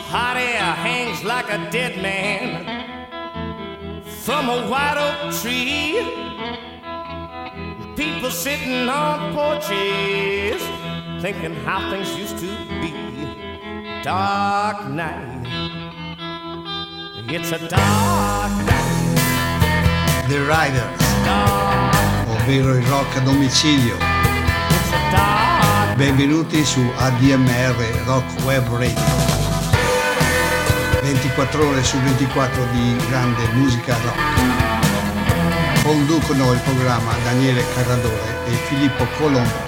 hot air hangs like a dead man from a white oak tree. People sitting on porches thinking how things used to be. Dark night, it's a dark night. The Riders, ovvero il rock a domicilio. It's a dark. Benvenuti su ADMR Rock Web Radio. 24 ore su 24 di grande musica rock. Conducono il programma Daniele Carradore e Filippo Colombo.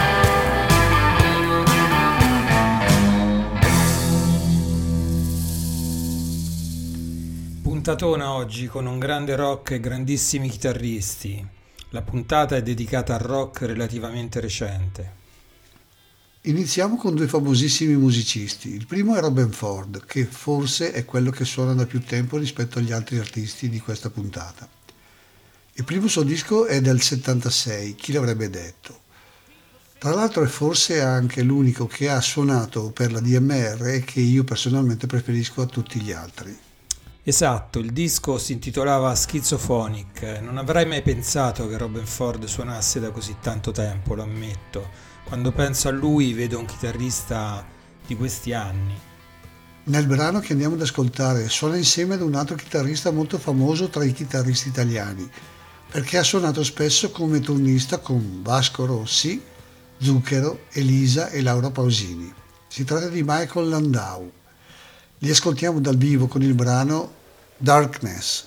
Puntatona oggi con un grande rock e grandissimi chitarristi. La puntata è dedicata al rock relativamente recente. Iniziamo con due famosissimi musicisti. Il primo è Robben Ford, che forse è quello che suona da più tempo rispetto agli altri artisti di questa puntata. Il primo suo disco è del 76, chi l'avrebbe detto? Tra l'altro è forse anche l'unico che ha suonato per la DMR e che io personalmente preferisco a tutti gli altri. Esatto, il disco si intitolava Schizophonic. Non avrei mai pensato che Robben Ford suonasse da così tanto tempo, lo ammetto. Quando penso a lui vedo un chitarrista di questi anni. Nel brano che andiamo ad ascoltare suona insieme ad un altro chitarrista molto famoso tra i chitarristi italiani, perché ha suonato spesso come turnista con Vasco Rossi, Zucchero, Elisa e Laura Pausini. Si tratta di Michael Landau. Li ascoltiamo dal vivo con il brano Darkness.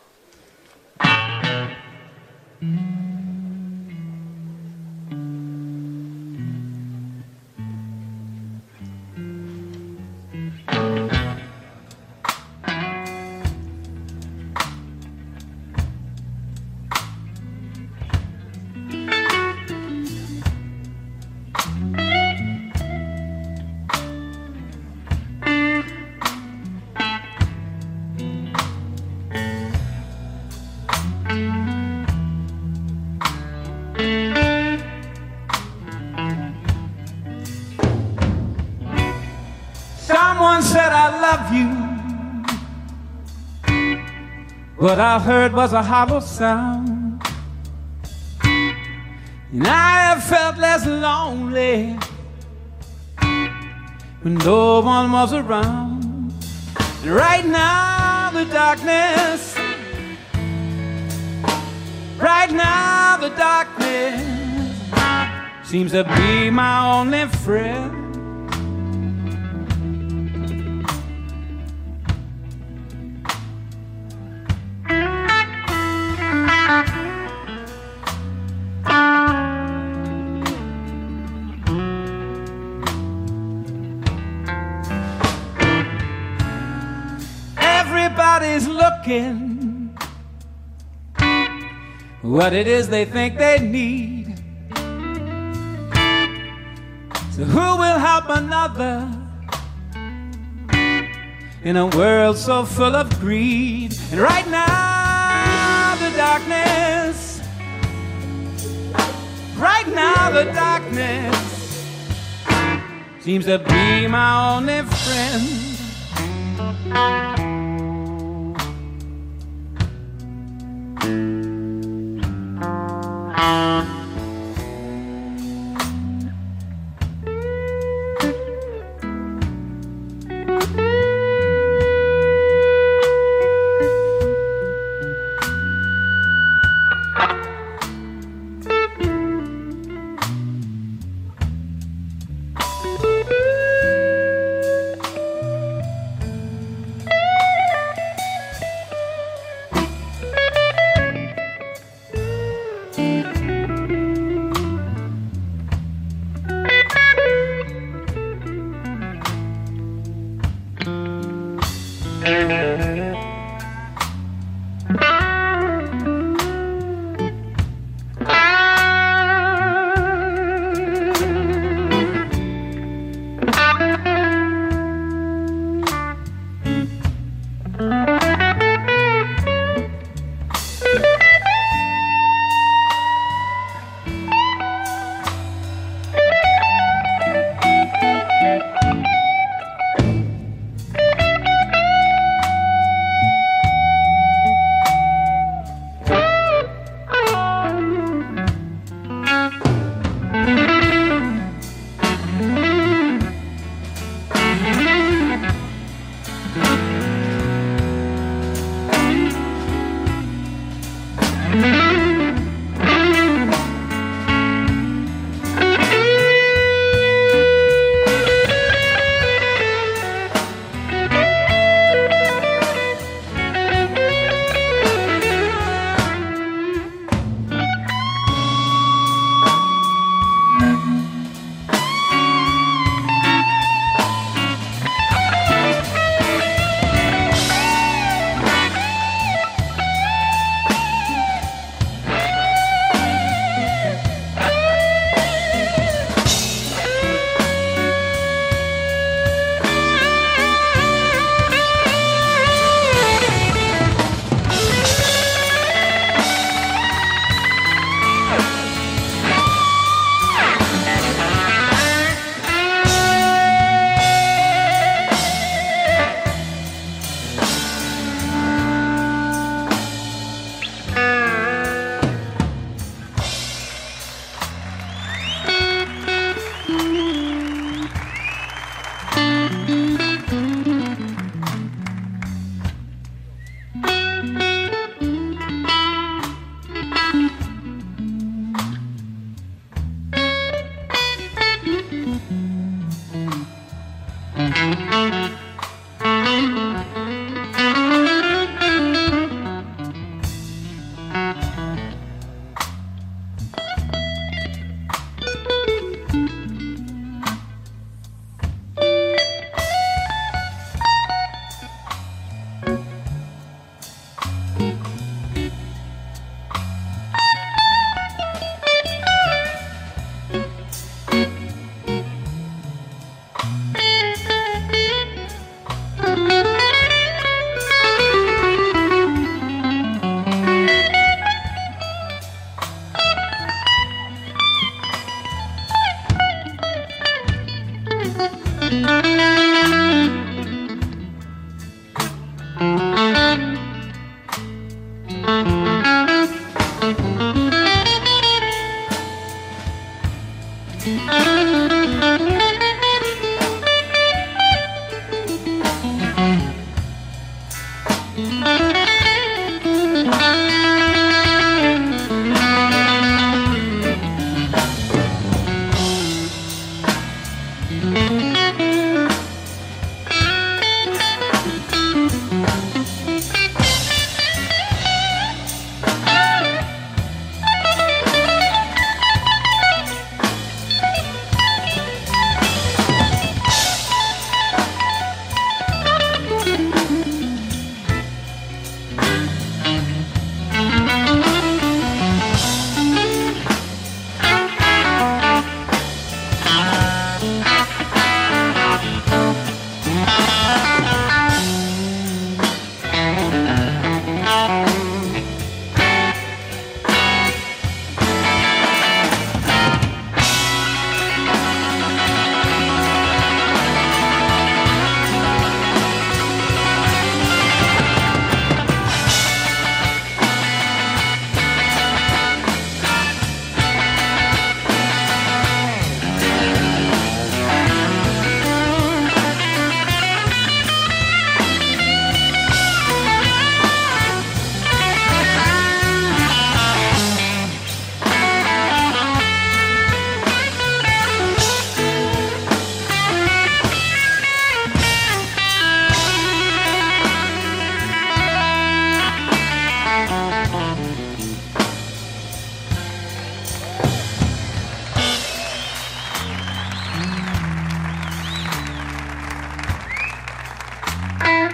Someone said I love you. What I heard was a hollow sound, and I have felt less lonely when no one was around. And right now the darkness, right now the darkness seems to be my only friend. Everybody's looking what it is they think they need. So who will help another in a world so full of greed? And right now the darkness, right now the darkness seems to be my only friend.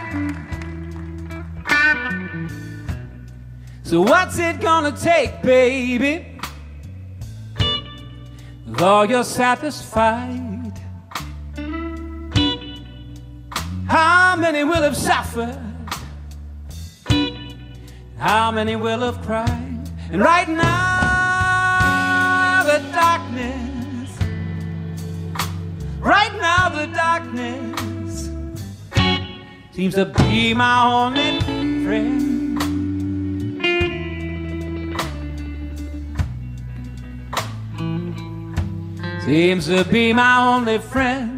So what's it gonna take, baby? Though you're satisfied, how many will have suffered? How many will have cried? And right now the darkness, right now the darkness seems to be my only friend. Seems to be my only friend.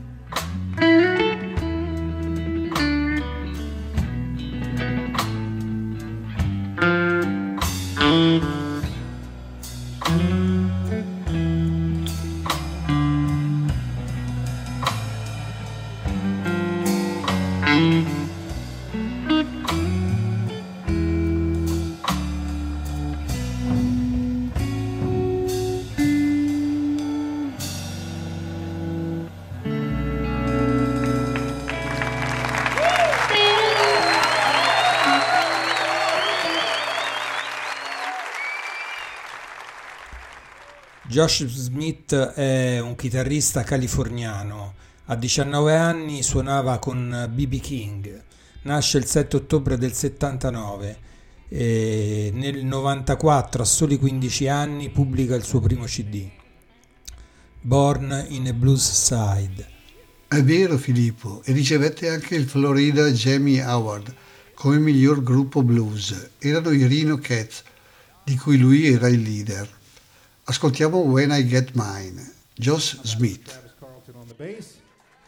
Josh Smith è un chitarrista californiano. A 19 anni suonava con B.B. King. Nasce il 7 ottobre del 79 e nel 94, a soli 15 anni, pubblica il suo primo CD, Born in a Blues Side. È vero, Filippo, e ricevette anche il Florida Jamie Award come miglior gruppo blues. Erano i Rhino Cats, di cui lui era il leader. Ascoltiamo When I Get Mine, Josh Smith. Travis Carlton on the bass.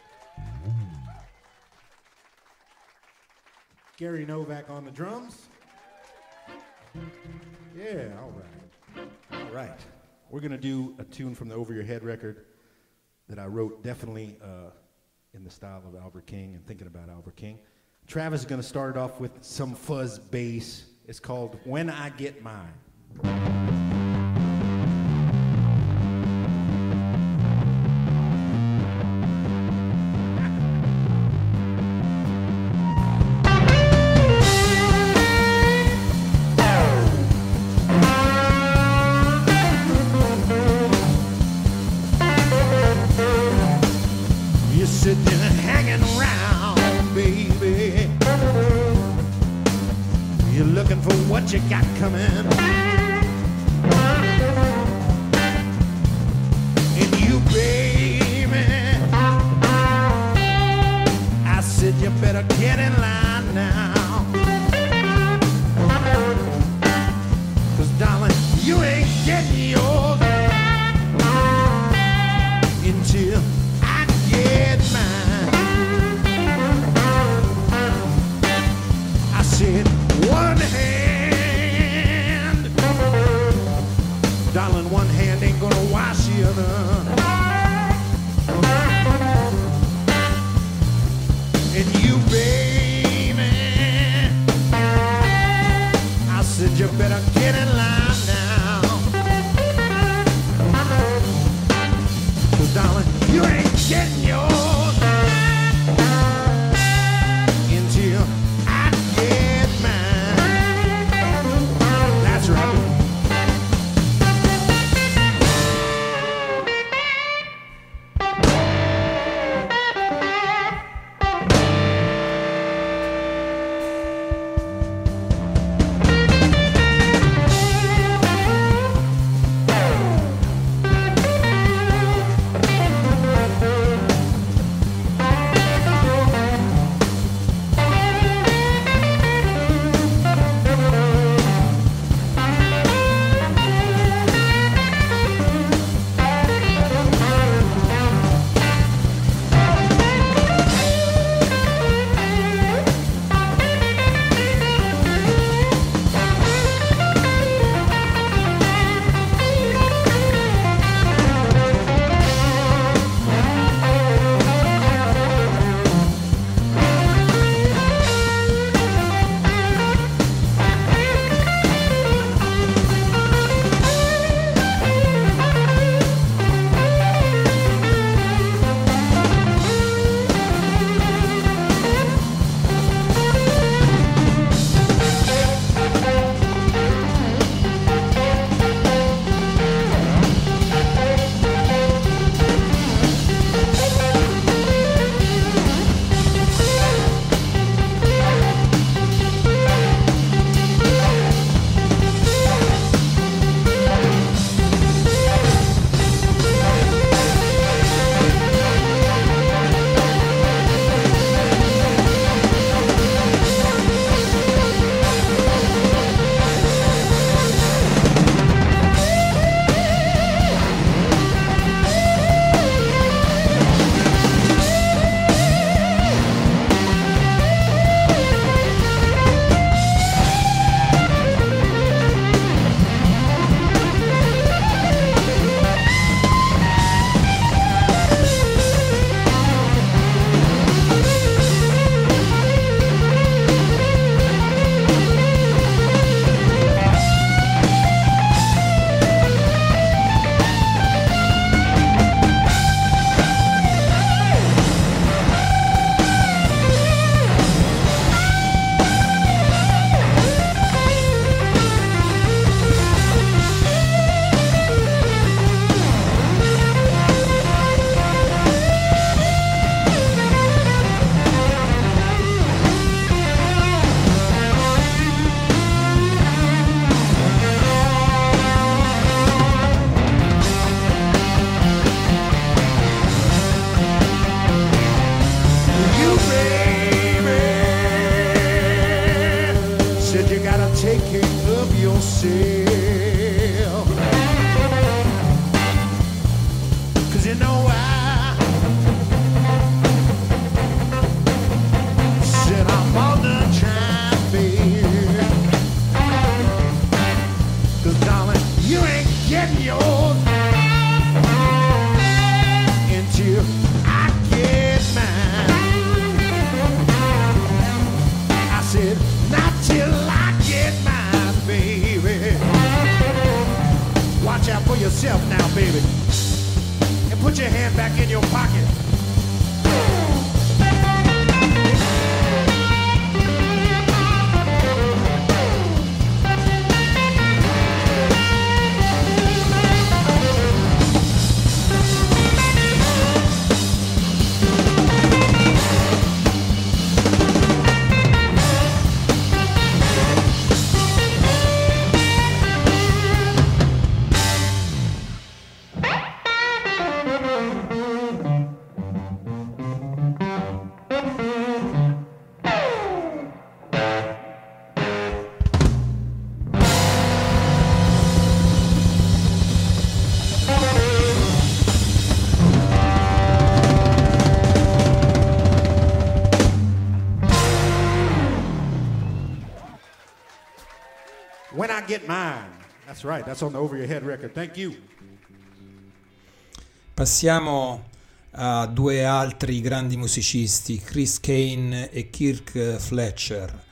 Gary Novak on the drums. Yeah, all right. All right. We're going to do a tune from the Over Your Head record that I wrote definitely in the style of Albert King and thinking about Albert King. Travis is going to start it off with some fuzz bass. It's called When I Get Mine. What you got coming? And you, baby, I said you better get in line now. 'Cause darling, you ain't getting yours until I get mine. I said one hand, darling, one hand ain't gonna wash the other. And you, baby, I said you better get in line now. 'Cause darling, you ain't getting yours until I get mine. That's right. said, not till I get mine, baby. Watch out for yourself now, baby. And put your hand back in your pocket. When I Get Mine. That's right, that's on the Over Your Head record. Thank you. Passiamo a due altri grandi musicisti, Chris Kane e Kirk Fletcher.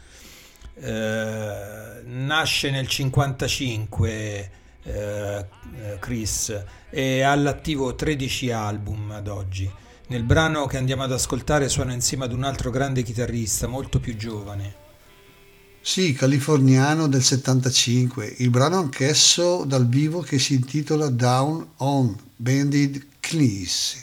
Nasce nel 1955 Chris e ha all'attivo 13 album ad oggi. Nel brano che andiamo ad ascoltare suona insieme ad un altro grande chitarrista molto più giovane. Sì, californiano del 75, il brano anch'esso dal vivo che si intitola Down on Bended Knees.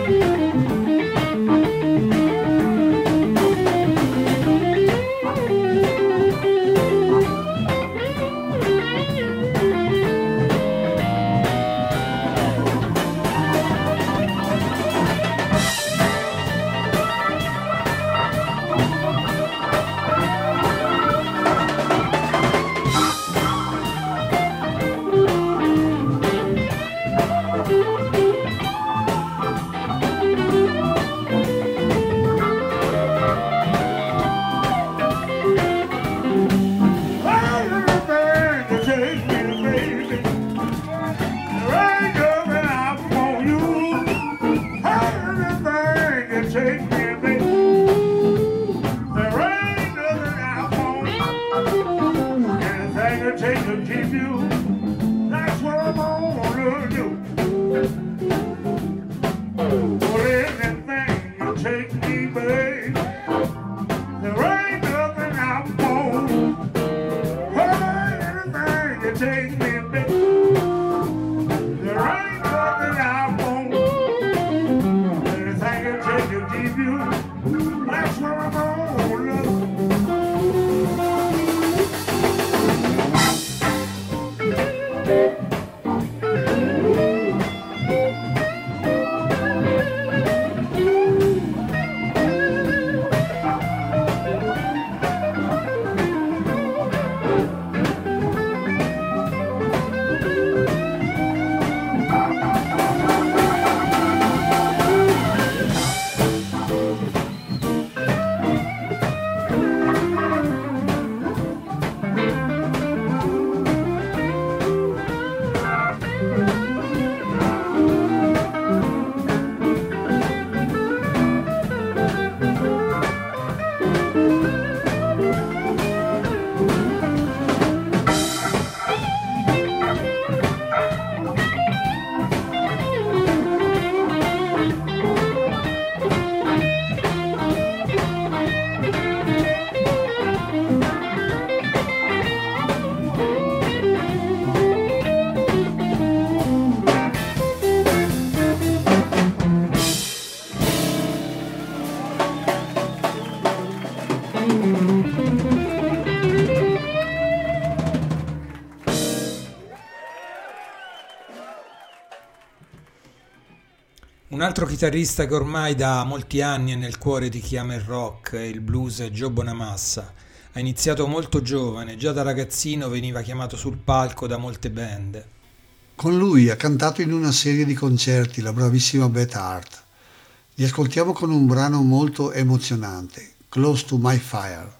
Un altro chitarrista che ormai da molti anni è nel cuore di chi ama il rock e il blues è Joe Bonamassa. Ha iniziato molto giovane, già da ragazzino veniva chiamato sul palco da molte band. Con lui ha cantato in una serie di concerti la bravissima Beth Hart. Li ascoltiamo con un brano molto emozionante, Close to My Fire.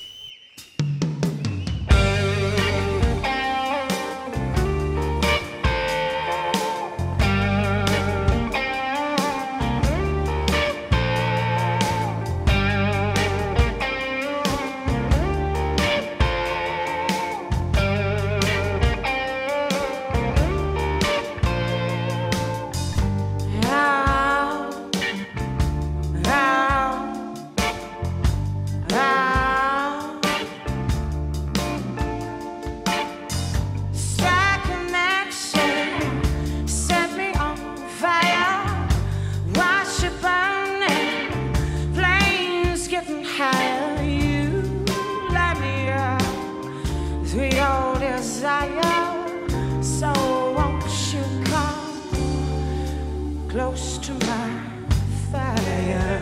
Close to my fire.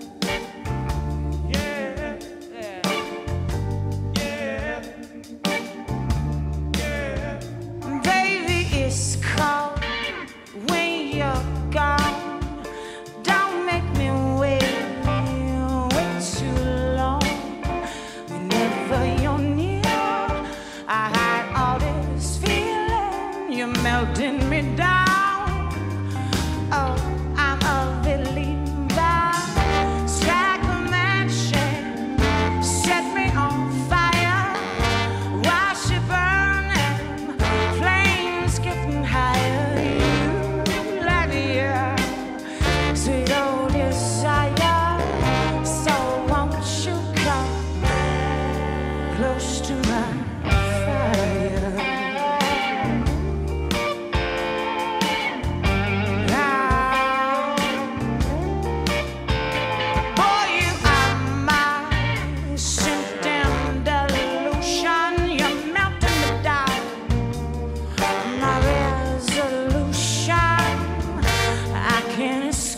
Yeah, yeah, yeah, yeah. Baby, it's cold when you're gone. Don't make me wait too long. Whenever you're near, I hide all this feeling. You're melting me down. Oh, I'm a believer.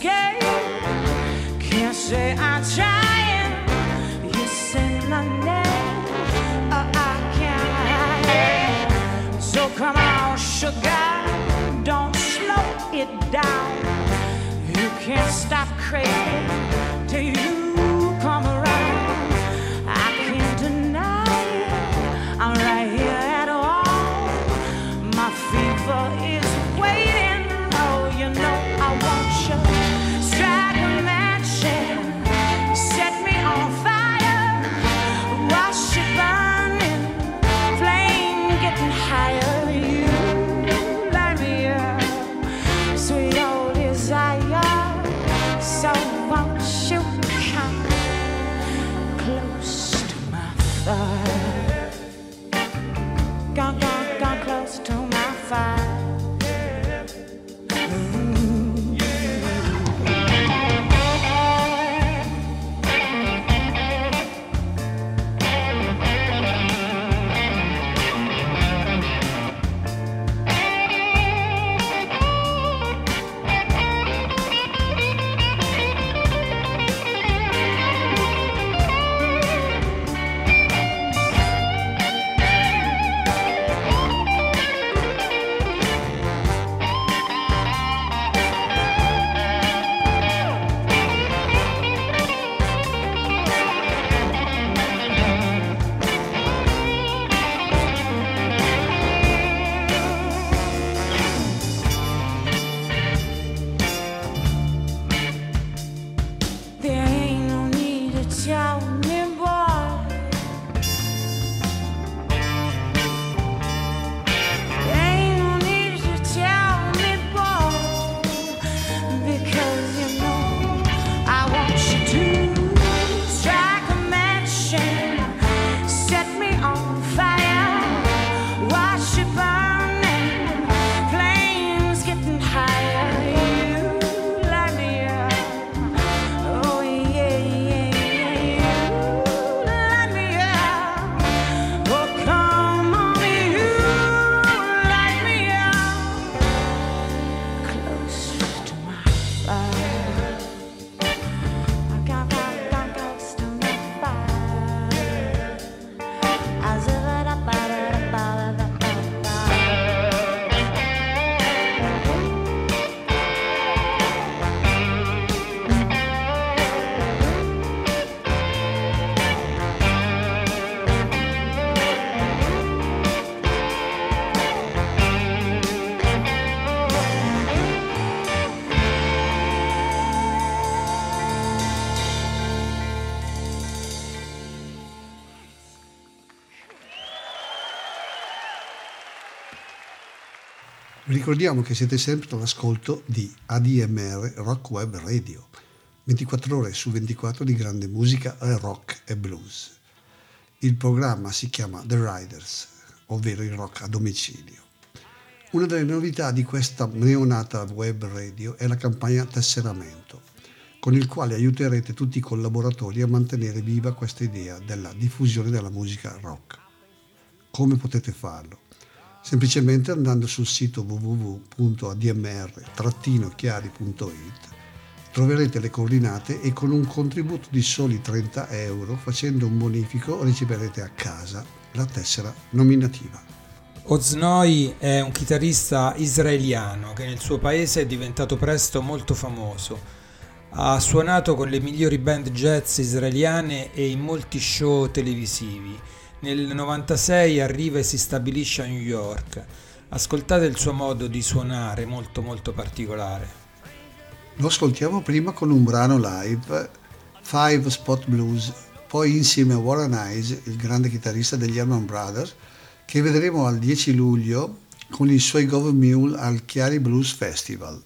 escape. Can't say I'm trying. You say my name. Oh, I can't. So come on, sugar. Don't slow it down. You can't stop craving till you come around. I can't deny it. I'm right here at all. My fever is waiting. Oh, you know I want you. Strike a match and set me on fire. Watch it burning, flame getting higher. You light me up, sweet old desire. So won't you come close to my fire? Gone close to my fire. Ricordiamo che siete sempre all'ascolto di ADMR Rock Web Radio, 24 ore su 24 di grande musica rock e blues. Il programma si chiama The Riders, ovvero il rock a domicilio. Una delle novità di questa neonata web radio è la campagna Tesseramento, con il quale aiuterete tutti i collaboratori a mantenere viva questa idea della diffusione della musica rock. Come potete farlo? Semplicemente andando sul sito www.admr-chiari.it troverete le coordinate e con un contributo di soli 30 euro, facendo un bonifico, riceverete a casa la tessera nominativa. Oznoi è un chitarrista israeliano che nel suo paese è diventato presto molto famoso. Ha suonato con le migliori band jazz israeliane e in molti show televisivi. Nel 96 arriva e si stabilisce a New York. Ascoltate il suo modo di suonare molto molto particolare. Lo ascoltiamo prima con un brano live, Five Spot Blues, poi insieme a Warren Hayes, il grande chitarrista degli Allman Brothers, che vedremo al 10 luglio con i suoi Gov Mule al Chiari Blues Festival.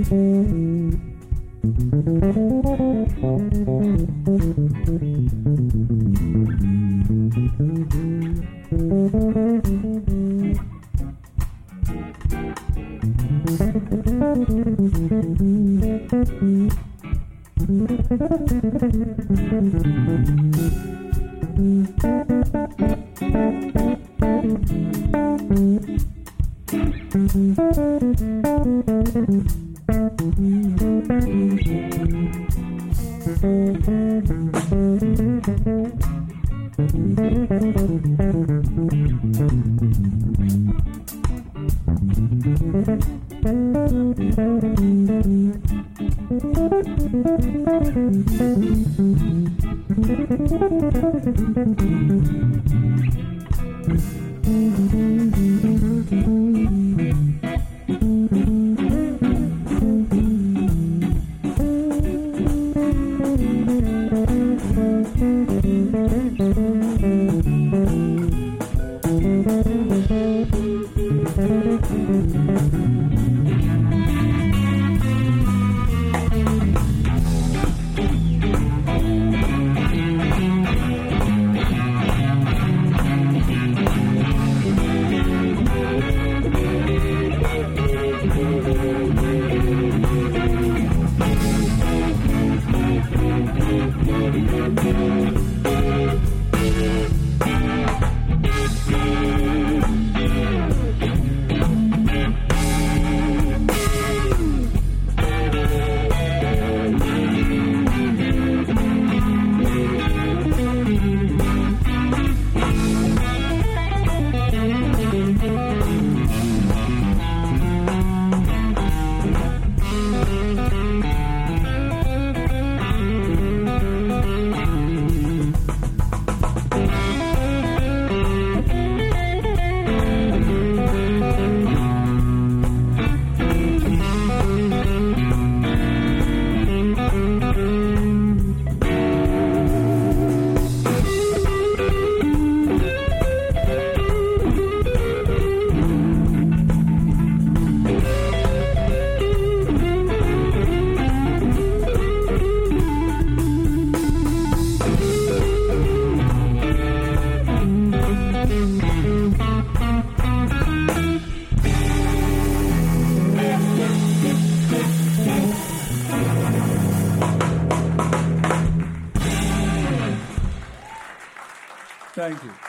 Thank you.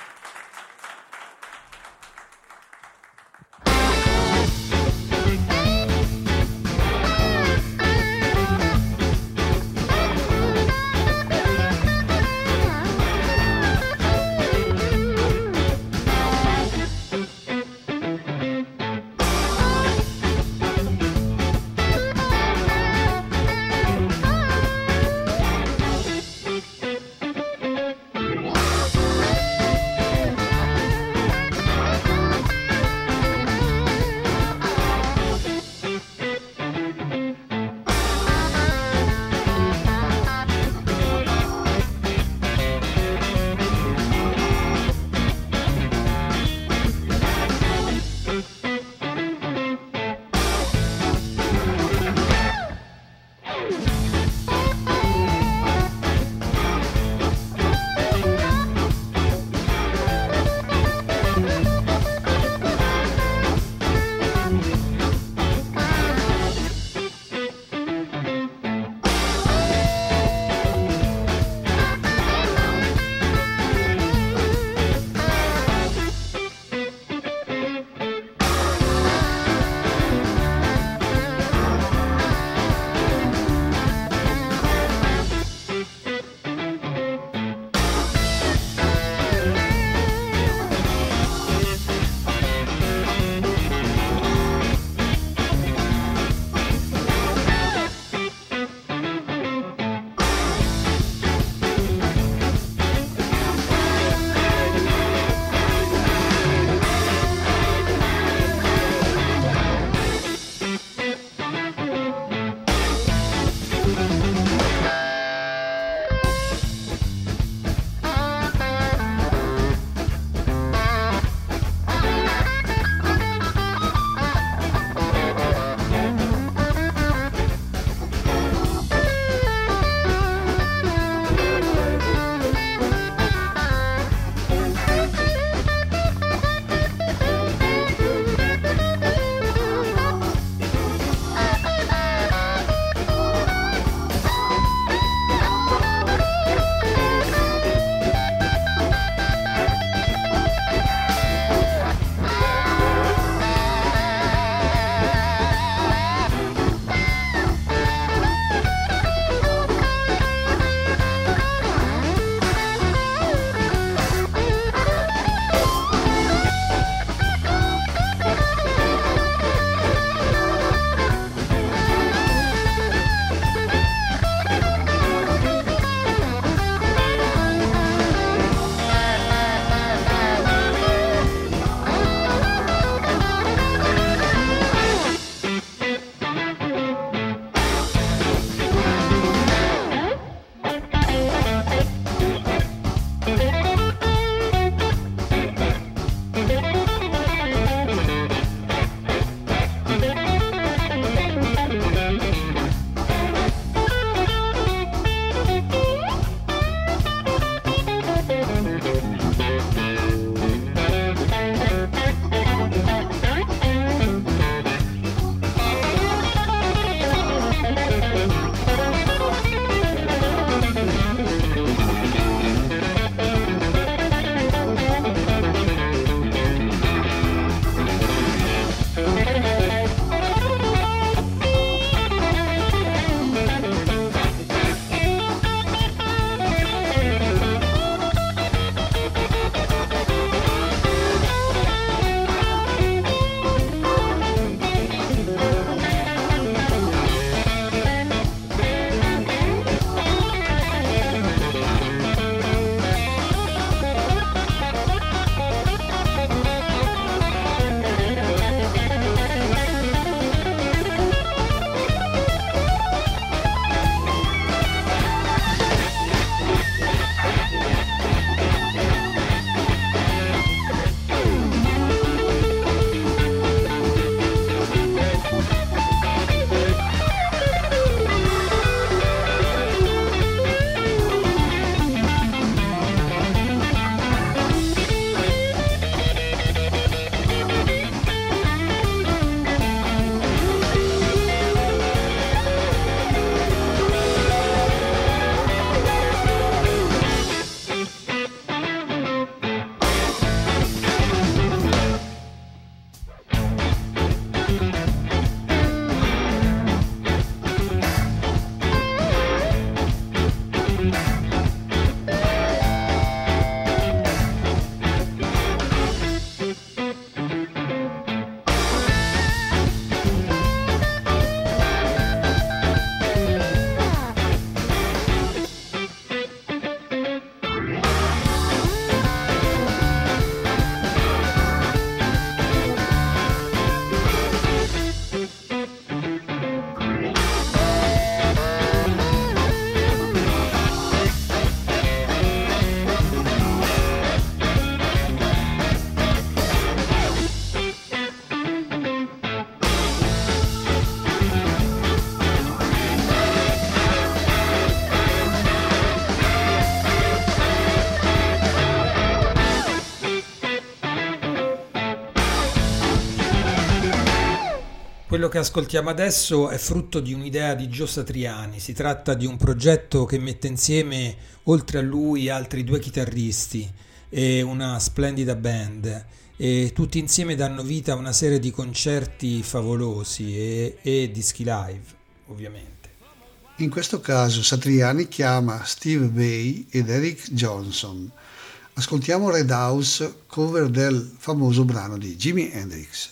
Quello che ascoltiamo adesso è frutto di un'idea di Joe Satriani. Si tratta di un progetto che mette insieme, oltre a lui, altri 2 chitarristi e una splendida band, e tutti insieme danno vita a una serie di concerti favolosi e dischi live, ovviamente. In questo caso Satriani chiama Steve Vai ed Eric Johnson. Ascoltiamo Red House, cover del famoso brano di Jimi Hendrix.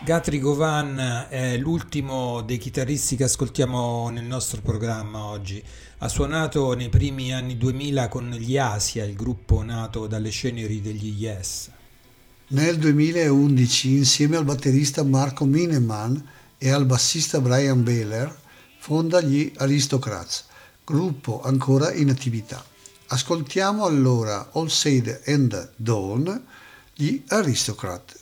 Guthrie Govan è l'ultimo dei chitarristi che ascoltiamo nel nostro programma oggi. Ha suonato nei primi anni 2000 con gli Asia, il gruppo nato dalle ceneri degli Yes. Nel 2011, insieme al batterista Marco Mineman e al bassista Brian Behler, fonda gli Aristocrats, gruppo ancora in attività. Ascoltiamo allora All Said and Done, gli Aristocrats.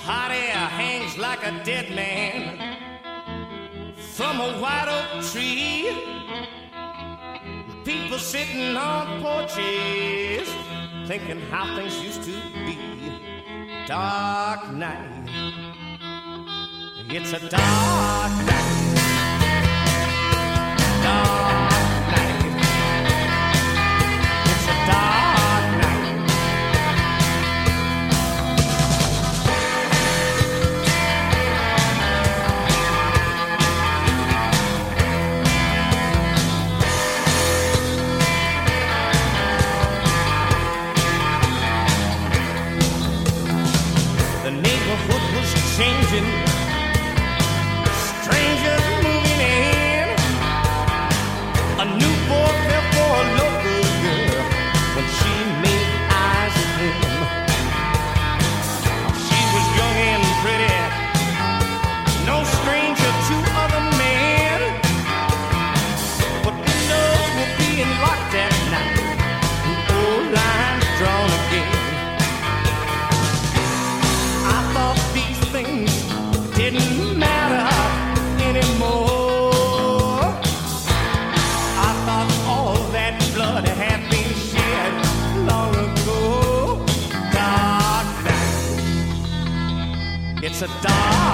hot air hangs like a dead man from a white oak tree. People sitting on porches thinking how things used to be. Dark night, it's a dark night. Dark night, it's a dark night. The neighborhood was changing, strangers moving in. A new boy fell for a local girl when she made eyes at him. She was young and pretty, no stranger to other men. But windows were being locked that night, and old lines drawn again. I thought these things didn't matter anymore. I thought all that blood had been shed long ago. Dark night, it's a dark